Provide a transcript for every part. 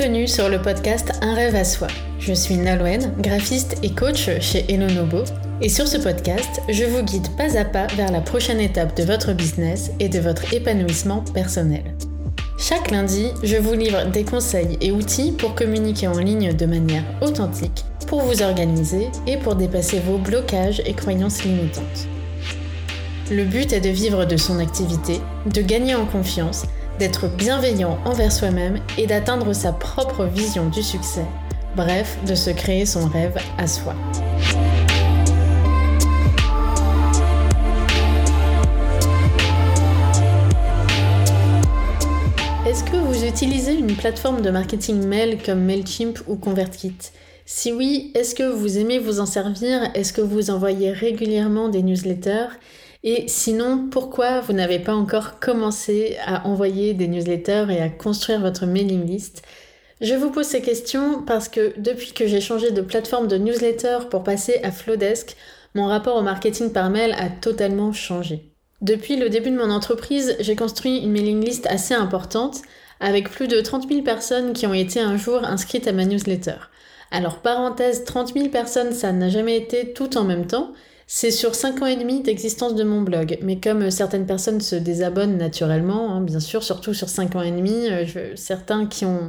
Bienvenue sur le podcast Un rêve à soi. Je suis Nolwenn, graphiste et coach chez Hello Nobo. Et sur ce podcast, je vous guide pas à pas vers la prochaine étape de votre business et de votre épanouissement personnel. Chaque lundi, je vous livre des conseils et outils pour communiquer en ligne de manière authentique, pour vous organiser et pour dépasser vos blocages et croyances limitantes. Le but est de vivre de son activité, de gagner en confiance, d'être bienveillant envers soi-même et d'atteindre sa propre vision du succès. Bref, de se créer son rêve à soi. Est-ce que vous utilisez une plateforme de marketing mail comme Mailchimp ou ConvertKit ? Si oui, est-ce que vous aimez vous en servir ? Est-ce que vous envoyez régulièrement des newsletters ? Et sinon, pourquoi vous n'avez pas encore commencé à envoyer des newsletters et à construire votre mailing list ? Je vous pose ces questions parce que depuis que j'ai changé de plateforme de newsletter pour passer à Flodesk, mon rapport au marketing par mail a totalement changé. Depuis le début de mon entreprise, j'ai construit une mailing list assez importante avec plus de 30 000 personnes qui ont été un jour inscrites à ma newsletter. Alors parenthèse, 30 000 personnes, ça n'a jamais été tout en même temps. C'est sur 5 ans et demi d'existence de mon blog, mais comme certaines personnes se désabonnent naturellement, bien sûr, surtout sur 5 ans et demi, certains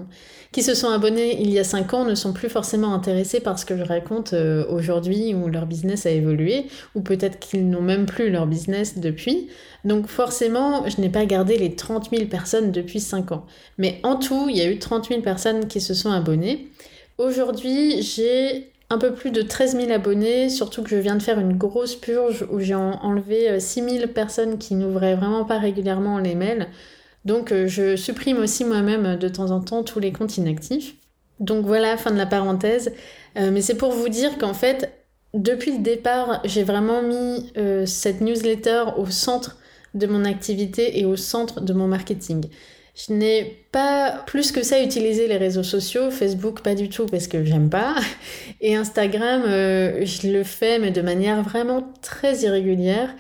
qui se sont abonnés il y a 5 ans ne sont plus forcément intéressés par ce que je raconte aujourd'hui où leur business a évolué, ou peut-être qu'ils n'ont même plus leur business depuis. Donc forcément, je n'ai pas gardé les 30 000 personnes depuis 5 ans. Mais en tout, il y a eu 30 000 personnes qui se sont abonnées. Aujourd'hui, j'ai un peu plus de 13 000 abonnés, surtout que je viens de faire une grosse purge où j'ai enlevé 6 000 personnes qui n'ouvraient vraiment pas régulièrement les mails. Donc je supprime aussi moi-même de temps en temps tous les comptes inactifs. Donc voilà, fin de la parenthèse. Mais c'est pour vous dire qu'en fait, depuis le départ, j'ai vraiment mis cette newsletter au centre de mon activité et au centre de mon marketing. Je n'ai pas plus que ça utilisé les réseaux sociaux, Facebook pas du tout parce que j'aime pas, et Instagram je le fais mais de manière vraiment très irrégulière,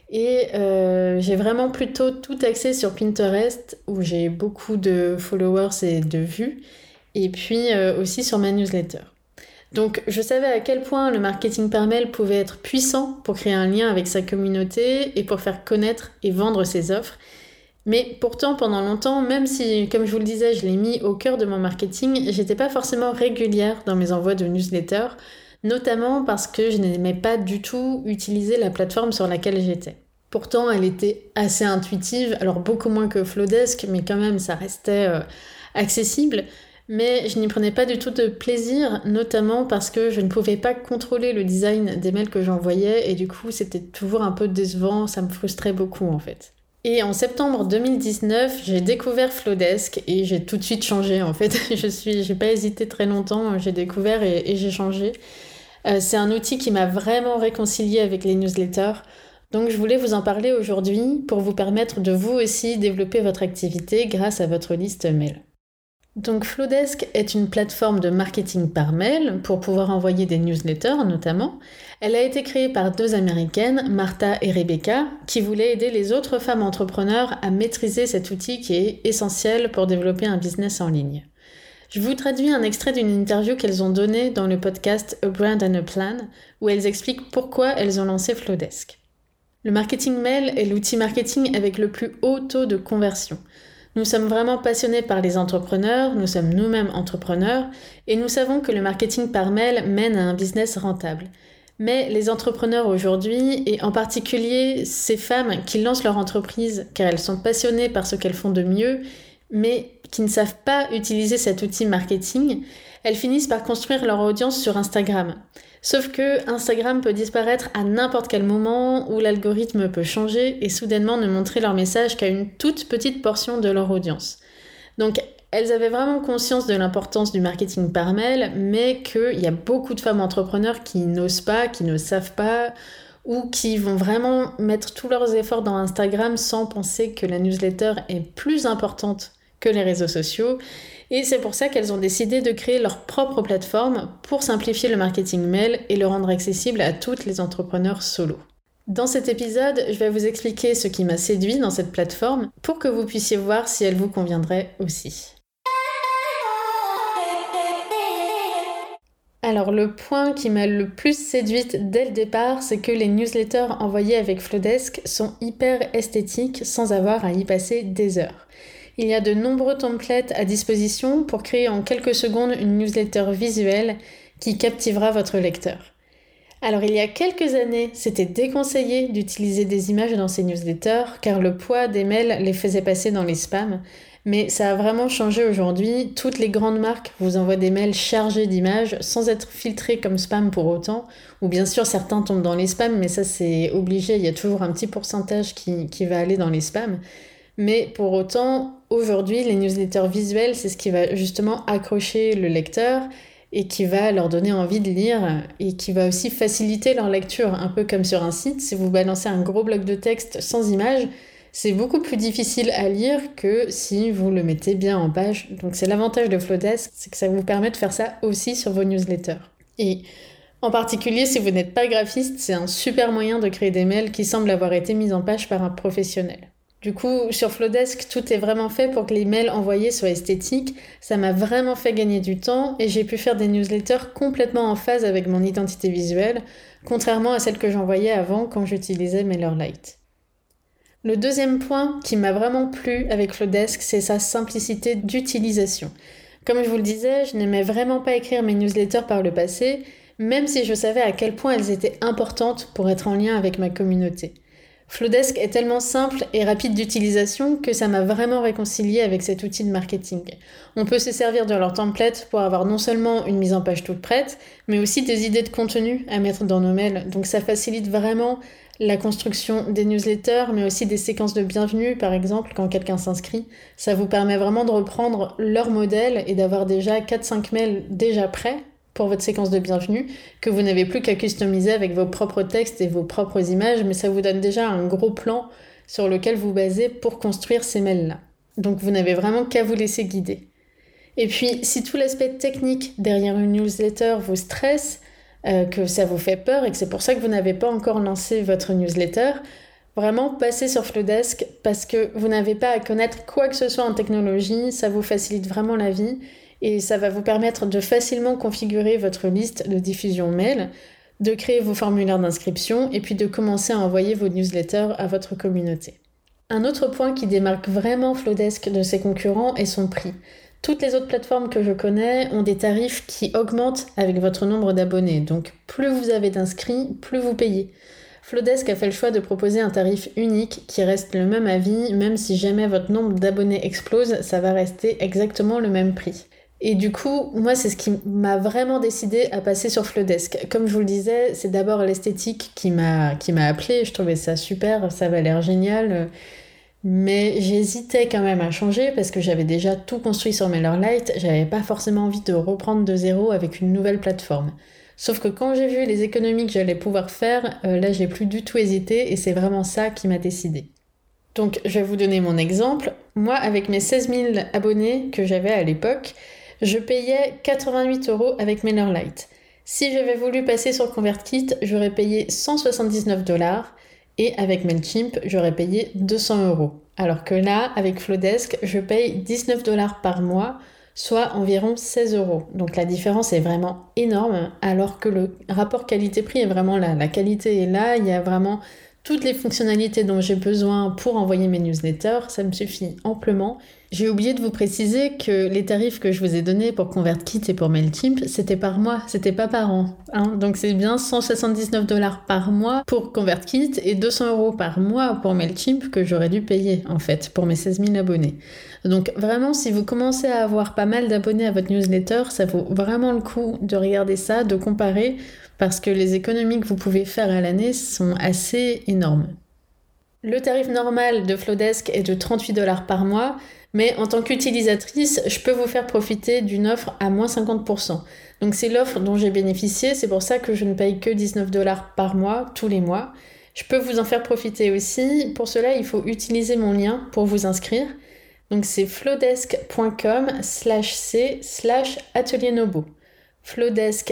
et j'ai vraiment plutôt tout axé sur Pinterest où j'ai beaucoup de followers et de vues, et puis aussi sur ma newsletter. Donc je savais à quel point le marketing par mail pouvait être puissant pour créer un lien avec sa communauté et pour faire connaître et vendre ses offres. Mais pourtant, pendant longtemps, même si, comme je vous le disais, je l'ai mis au cœur de mon marketing, j'étais pas forcément régulière dans mes envois de newsletters, notamment parce que je n'aimais pas du tout utiliser la plateforme sur laquelle j'étais. Pourtant, elle était assez intuitive, alors beaucoup moins que Flodesk, mais quand même, ça restait accessible. Mais je n'y prenais pas du tout de plaisir, notamment parce que je ne pouvais pas contrôler le design des mails que j'envoyais, et du coup, c'était toujours un peu décevant, ça me frustrait beaucoup en fait. Et en septembre 2019, j'ai découvert Flodesk et j'ai tout de suite changé en fait. J'ai pas hésité très longtemps, j'ai découvert et j'ai changé. C'est un outil qui m'a vraiment réconciliée avec les newsletters. Donc je voulais vous en parler aujourd'hui pour vous permettre de vous aussi développer votre activité grâce à votre liste mail. Donc Flodesk est une plateforme de marketing par mail pour pouvoir envoyer des newsletters notamment. Elle a été créée par 2 Américaines, Martha et Rebecca, qui voulaient aider les autres femmes entrepreneurs à maîtriser cet outil qui est essentiel pour développer un business en ligne. Je vous traduis un extrait d'une interview qu'elles ont donnée dans le podcast A Brand and a Plan, où elles expliquent pourquoi elles ont lancé Flodesk. Le marketing mail est l'outil marketing avec le plus haut taux de conversion. Nous sommes vraiment passionnés par les entrepreneurs, nous sommes nous-mêmes entrepreneurs et nous savons que le marketing par mail mène à un business rentable. Mais les entrepreneurs aujourd'hui, et en particulier ces femmes qui lancent leur entreprise car elles sont passionnées par ce qu'elles font de mieux, mais qui ne savent pas utiliser cet outil marketing, elles finissent par construire leur audience sur Instagram. Sauf que Instagram peut disparaître à n'importe quel moment où l'algorithme peut changer et soudainement ne montrer leur message qu'à une toute petite portion de leur audience. Donc elles avaient vraiment conscience de l'importance du marketing par mail, mais qu'il y a beaucoup de femmes entrepreneurs qui n'osent pas, qui ne savent pas, ou qui vont vraiment mettre tous leurs efforts dans Instagram sans penser que la newsletter est plus importante que les réseaux sociaux. Et c'est pour ça qu'elles ont décidé de créer leur propre plateforme pour simplifier le marketing mail et le rendre accessible à toutes les entrepreneurs solo. Dans cet épisode, je vais vous expliquer ce qui m'a séduit dans cette plateforme pour que vous puissiez voir si elle vous conviendrait aussi. Alors le point qui m'a le plus séduite dès le départ, c'est que les newsletters envoyés avec Flodesk sont hyper esthétiques sans avoir à y passer des heures. Il y a de nombreux templates à disposition pour créer en quelques secondes une newsletter visuelle qui captivera votre lecteur. Alors il y a quelques années, c'était déconseillé d'utiliser des images dans ces newsletters car le poids des mails les faisait passer dans les spams. Mais ça a vraiment changé aujourd'hui. Toutes les grandes marques vous envoient des mails chargés d'images sans être filtrés comme spam pour autant. Ou bien sûr, certains tombent dans les spams, mais ça c'est obligé. Il y a toujours un petit pourcentage qui va aller dans les spams. Mais pour autant, aujourd'hui, les newsletters visuels, c'est ce qui va justement accrocher le lecteur et qui va leur donner envie de lire et qui va aussi faciliter leur lecture. Un peu comme sur un site, si vous balancez un gros bloc de texte sans images, c'est beaucoup plus difficile à lire que si vous le mettez bien en page. Donc c'est l'avantage de Flodesk, c'est que ça vous permet de faire ça aussi sur vos newsletters. Et en particulier, si vous n'êtes pas graphiste, c'est un super moyen de créer des mails qui semblent avoir été mis en page par un professionnel. Du coup, sur Flodesk, tout est vraiment fait pour que les mails envoyés soient esthétiques. Ça m'a vraiment fait gagner du temps et j'ai pu faire des newsletters complètement en phase avec mon identité visuelle, contrairement à celles que j'envoyais avant quand j'utilisais MailerLite. Le deuxième point qui m'a vraiment plu avec Flodesk, c'est sa simplicité d'utilisation. Comme je vous le disais, je n'aimais vraiment pas écrire mes newsletters par le passé, même si je savais à quel point elles étaient importantes pour être en lien avec ma communauté. Flodesk est tellement simple et rapide d'utilisation que ça m'a vraiment réconcilié avec cet outil de marketing. On peut se servir de leur template pour avoir non seulement une mise en page toute prête, mais aussi des idées de contenu à mettre dans nos mails. Donc ça facilite vraiment la construction des newsletters, mais aussi des séquences de bienvenue, par exemple, quand quelqu'un s'inscrit. Ça vous permet vraiment de reprendre leur modèle et d'avoir déjà 4-5 mails déjà prêts pour votre séquence de bienvenue, que vous n'avez plus qu'à customiser avec vos propres textes et vos propres images, mais ça vous donne déjà un gros plan sur lequel vous basez pour construire ces mails-là. Donc vous n'avez vraiment qu'à vous laisser guider. Et puis, si tout l'aspect technique derrière une newsletter vous stresse, que ça vous fait peur et que c'est pour ça que vous n'avez pas encore lancé votre newsletter, vraiment passez sur Flodesk parce que vous n'avez pas à connaître quoi que ce soit en technologie, ça vous facilite vraiment la vie. Et ça va vous permettre de facilement configurer votre liste de diffusion mail, de créer vos formulaires d'inscription et puis de commencer à envoyer vos newsletters à votre communauté. Un autre point qui démarque vraiment Flodesk de ses concurrents est son prix. Toutes les autres plateformes que je connais ont des tarifs qui augmentent avec votre nombre d'abonnés. Donc plus vous avez d'inscrits, plus vous payez. Flodesk a fait le choix de proposer un tarif unique qui reste le même à vie, même si jamais votre nombre d'abonnés explose, ça va rester exactement le même prix. Et du coup, moi, c'est ce qui m'a vraiment décidé à passer sur Flodesk. Comme je vous le disais, c'est d'abord l'esthétique qui m'a appelée. Je trouvais ça super, ça avait l'air génial. Mais j'hésitais quand même à changer parce que j'avais déjà tout construit sur MailerLite. J'avais pas forcément envie de reprendre de zéro avec une nouvelle plateforme. Sauf que quand j'ai vu les économies que j'allais pouvoir faire, là, j'ai plus du tout hésité et c'est vraiment ça qui m'a décidé. Donc, je vais vous donner mon exemple. Moi, avec mes 16 000 abonnés que j'avais à l'époque, je payais 88 € avec MailerLite. Si j'avais voulu passer sur ConvertKit, j'aurais payé 179 $. Et avec MailChimp, j'aurais payé 200 €. Alors que là, avec Flodesk, je paye 19 $ par mois, soit environ 16 €. Donc la différence est vraiment énorme, alors que le rapport qualité-prix est vraiment là. La qualité est là, il y a vraiment toutes les fonctionnalités dont j'ai besoin pour envoyer mes newsletters, ça me suffit amplement. J'ai oublié de vous préciser que les tarifs que je vous ai donnés pour ConvertKit et pour MailChimp, c'était par mois, c'était pas par an. Donc c'est bien 179 $ par mois pour ConvertKit et 200 € par mois pour MailChimp que j'aurais dû payer en fait pour mes 16 000 abonnés. Donc vraiment, si vous commencez à avoir pas mal d'abonnés à votre newsletter, ça vaut vraiment le coup de regarder ça, de comparer, parce que les économies que vous pouvez faire à l'année sont assez énormes. Le tarif normal de Flodesk est de 38 $ par mois, mais en tant qu'utilisatrice, je peux vous faire profiter d'une offre à moins 50%. Donc c'est l'offre dont j'ai bénéficié, c'est pour ça que je ne paye que 19 $ par mois, tous les mois. Je peux vous en faire profiter aussi. Pour cela, il faut utiliser mon lien pour vous inscrire. Donc c'est flodesk.com/c/ateliernobo. Flodesk,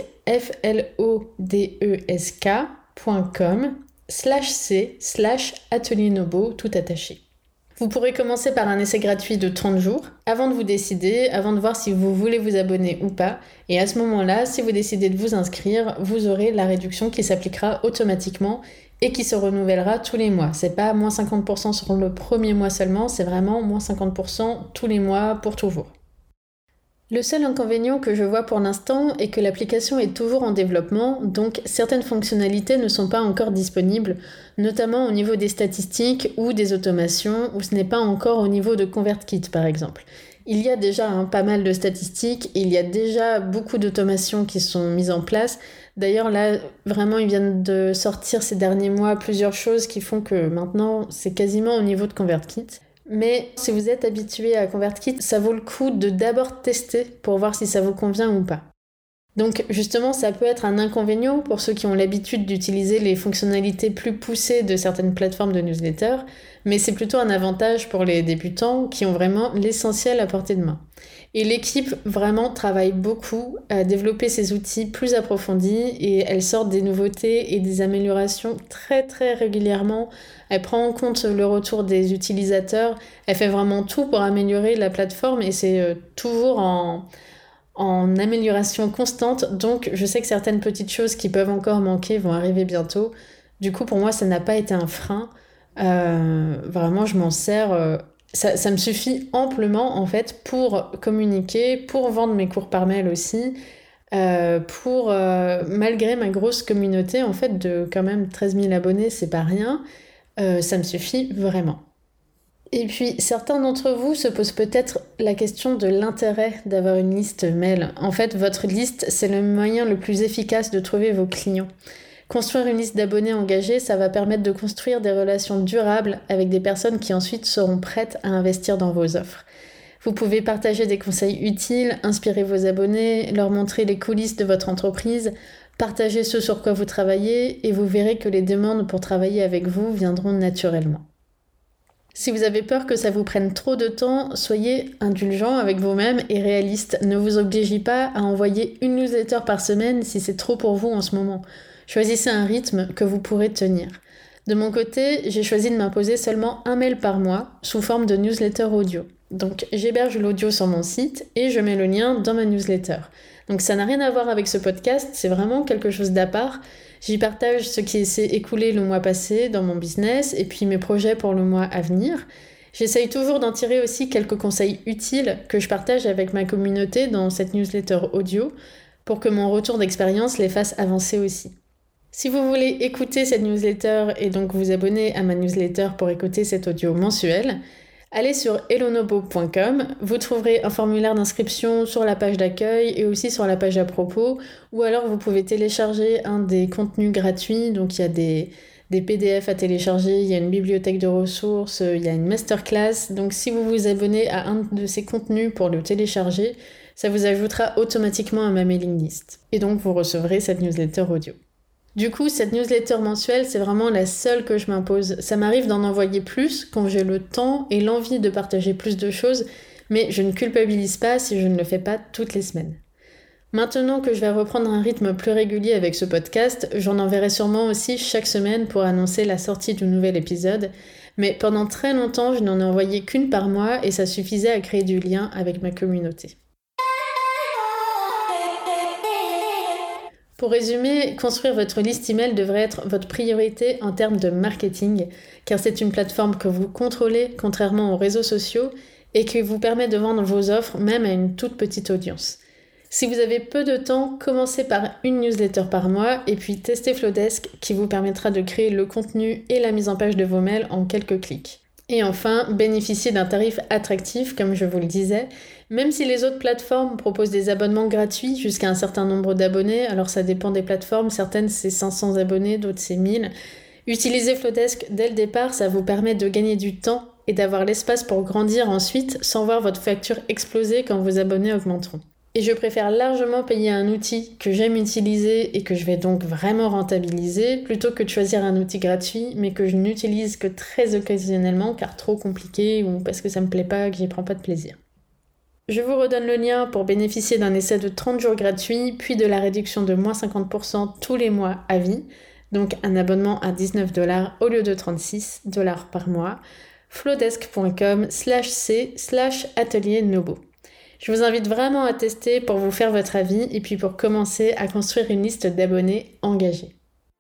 flodesk.com/c/ateliernobo, tout attaché. Vous pourrez commencer par un essai gratuit de 30 jours, avant de vous décider, avant de voir si vous voulez vous abonner ou pas. Et à ce moment-là, si vous décidez de vous inscrire, vous aurez la réduction qui s'appliquera automatiquement et qui se renouvellera tous les mois. C'est pas moins 50% sur le premier mois seulement, c'est vraiment moins 50% tous les mois pour toujours. Le seul inconvénient que je vois pour l'instant est que l'application est toujours en développement, donc certaines fonctionnalités ne sont pas encore disponibles, notamment au niveau des statistiques ou des automations, où ce n'est pas encore au niveau de ConvertKit par exemple. Il y a déjà pas mal de statistiques, il y a déjà beaucoup d'automations qui sont mises en place. D'ailleurs là, vraiment, ils viennent de sortir ces derniers mois plusieurs choses qui font que maintenant, c'est quasiment au niveau de ConvertKit. Mais si vous êtes habitué à ConvertKit, ça vaut le coup de d'abord tester pour voir si ça vous convient ou pas. Donc justement, ça peut être un inconvénient pour ceux qui ont l'habitude d'utiliser les fonctionnalités plus poussées de certaines plateformes de newsletter, mais c'est plutôt un avantage pour les débutants qui ont vraiment l'essentiel à portée de main. Et l'équipe vraiment travaille beaucoup à développer ces outils plus approfondis et elle sort des nouveautés et des améliorations très très régulièrement. Elle prend en compte le retour des utilisateurs, elle fait vraiment tout pour améliorer la plateforme et c'est toujours en amélioration constante. Donc je sais que certaines petites choses qui peuvent encore manquer vont arriver bientôt. Du coup pour moi ça n'a pas été un frein. Vraiment je m'en sers... Ça me suffit amplement en fait pour communiquer, pour vendre mes cours par mail aussi, malgré ma grosse communauté en fait de quand même 13 000 abonnés, c'est pas rien, ça me suffit vraiment. Et puis certains d'entre vous se posent peut-être la question de l'intérêt d'avoir une liste mail. En fait, votre liste, c'est le moyen le plus efficace de trouver vos clients. Construire une liste d'abonnés engagés, ça va permettre de construire des relations durables avec des personnes qui ensuite seront prêtes à investir dans vos offres. Vous pouvez partager des conseils utiles, inspirer vos abonnés, leur montrer les coulisses de votre entreprise, partager ce sur quoi vous travaillez et vous verrez que les demandes pour travailler avec vous viendront naturellement. Si vous avez peur que ça vous prenne trop de temps, soyez indulgent avec vous-même et réaliste. Ne vous obligez pas à envoyer une newsletter par semaine si c'est trop pour vous en ce moment. Choisissez un rythme que vous pourrez tenir. De mon côté, j'ai choisi de m'imposer seulement un mail par mois sous forme de newsletter audio. Donc j'héberge l'audio sur mon site et je mets le lien dans ma newsletter. Donc ça n'a rien à voir avec ce podcast, c'est vraiment quelque chose d'à part. J'y partage ce qui s'est écoulé le mois passé dans mon business et puis mes projets pour le mois à venir. J'essaye toujours d'en tirer aussi quelques conseils utiles que je partage avec ma communauté dans cette newsletter audio pour que mon retour d'expérience les fasse avancer aussi. Si vous voulez écouter cette newsletter et donc vous abonner à ma newsletter pour écouter cet audio mensuel, allez sur elonobo.com, vous trouverez un formulaire d'inscription sur la page d'accueil et aussi sur la page à propos, ou alors vous pouvez télécharger un des contenus gratuits, donc il y a des PDF à télécharger, il y a une bibliothèque de ressources, il y a une masterclass, donc si vous vous abonnez à un de ces contenus pour le télécharger, ça vous ajoutera automatiquement à ma mailing list, et donc vous recevrez cette newsletter audio. Du coup, cette newsletter mensuelle, c'est vraiment la seule que je m'impose. Ça m'arrive d'en envoyer plus quand j'ai le temps et l'envie de partager plus de choses, mais je ne culpabilise pas si je ne le fais pas toutes les semaines. Maintenant que je vais reprendre un rythme plus régulier avec ce podcast, j'en enverrai sûrement aussi chaque semaine pour annoncer la sortie du nouvel épisode, mais pendant très longtemps, je n'en ai envoyé qu'une par mois et ça suffisait à créer du lien avec ma communauté. Pour résumer, construire votre liste email devrait être votre priorité en termes de marketing, car c'est une plateforme que vous contrôlez contrairement aux réseaux sociaux et qui vous permet de vendre vos offres même à une toute petite audience. Si vous avez peu de temps, commencez par une newsletter par mois et puis testez Flodesk qui vous permettra de créer le contenu et la mise en page de vos mails en quelques clics. Et enfin, bénéficiez d'un tarif attractif, comme je vous le disais, même si les autres plateformes proposent des abonnements gratuits jusqu'à un certain nombre d'abonnés, alors ça dépend des plateformes, certaines c'est 500 abonnés, d'autres c'est 1000. Utilisez Flodesk dès le départ, ça vous permet de gagner du temps et d'avoir l'espace pour grandir ensuite sans voir votre facture exploser quand vos abonnés augmenteront. Et je préfère largement payer un outil que j'aime utiliser et que je vais donc vraiment rentabiliser plutôt que de choisir un outil gratuit mais que je n'utilise que très occasionnellement car trop compliqué ou parce que ça me plaît pas, que j'y prends pas de plaisir. Je vous redonne le lien pour bénéficier d'un essai de 30 jours gratuit puis de la réduction de moins 50% tous les mois à vie, donc un abonnement à $19 au lieu de $36 par mois. flodesk.com/c/atelier Nobo. Je vous invite vraiment à tester pour vous faire votre avis et puis pour commencer à construire une liste d'abonnés engagés.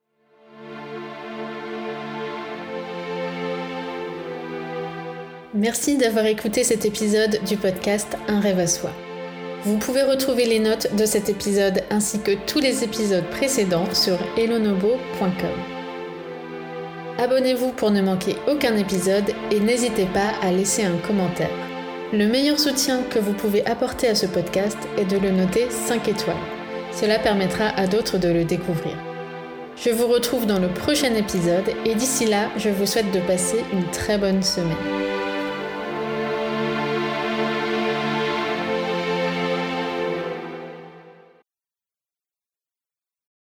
Merci d'avoir écouté cet épisode du podcast Un rêve à soi. Vous pouvez retrouver les notes de cet épisode ainsi que tous les épisodes précédents sur hellonobo.com. Abonnez-vous pour ne manquer aucun épisode et n'hésitez pas à laisser un commentaire. Le meilleur soutien que vous pouvez apporter à ce podcast est de le noter 5 étoiles. Cela permettra à d'autres de le découvrir. Je vous retrouve dans le prochain épisode et d'ici là, je vous souhaite de passer une très bonne semaine.